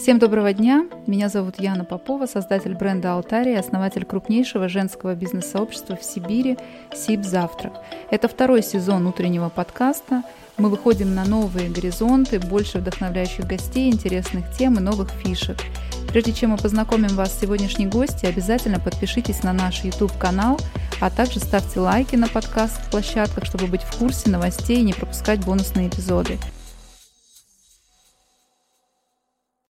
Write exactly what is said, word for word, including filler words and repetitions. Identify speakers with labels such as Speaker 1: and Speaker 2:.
Speaker 1: Всем доброго дня! Меня зовут Яна Попова, создатель бренда Алтария, основатель крупнейшего женского бизнес-сообщества в Сибири «Сибзавтрак». Это второй сезон утреннего подкаста. Мы выходим на новые горизонты, больше вдохновляющих гостей, интересных тем и новых фишек. Прежде чем мы познакомим вас с сегодняшней гостьей, обязательно подпишитесь на наш YouTube-канал, а также ставьте лайки на подкаст-площадках, чтобы быть в курсе новостей и не пропускать бонусные эпизоды.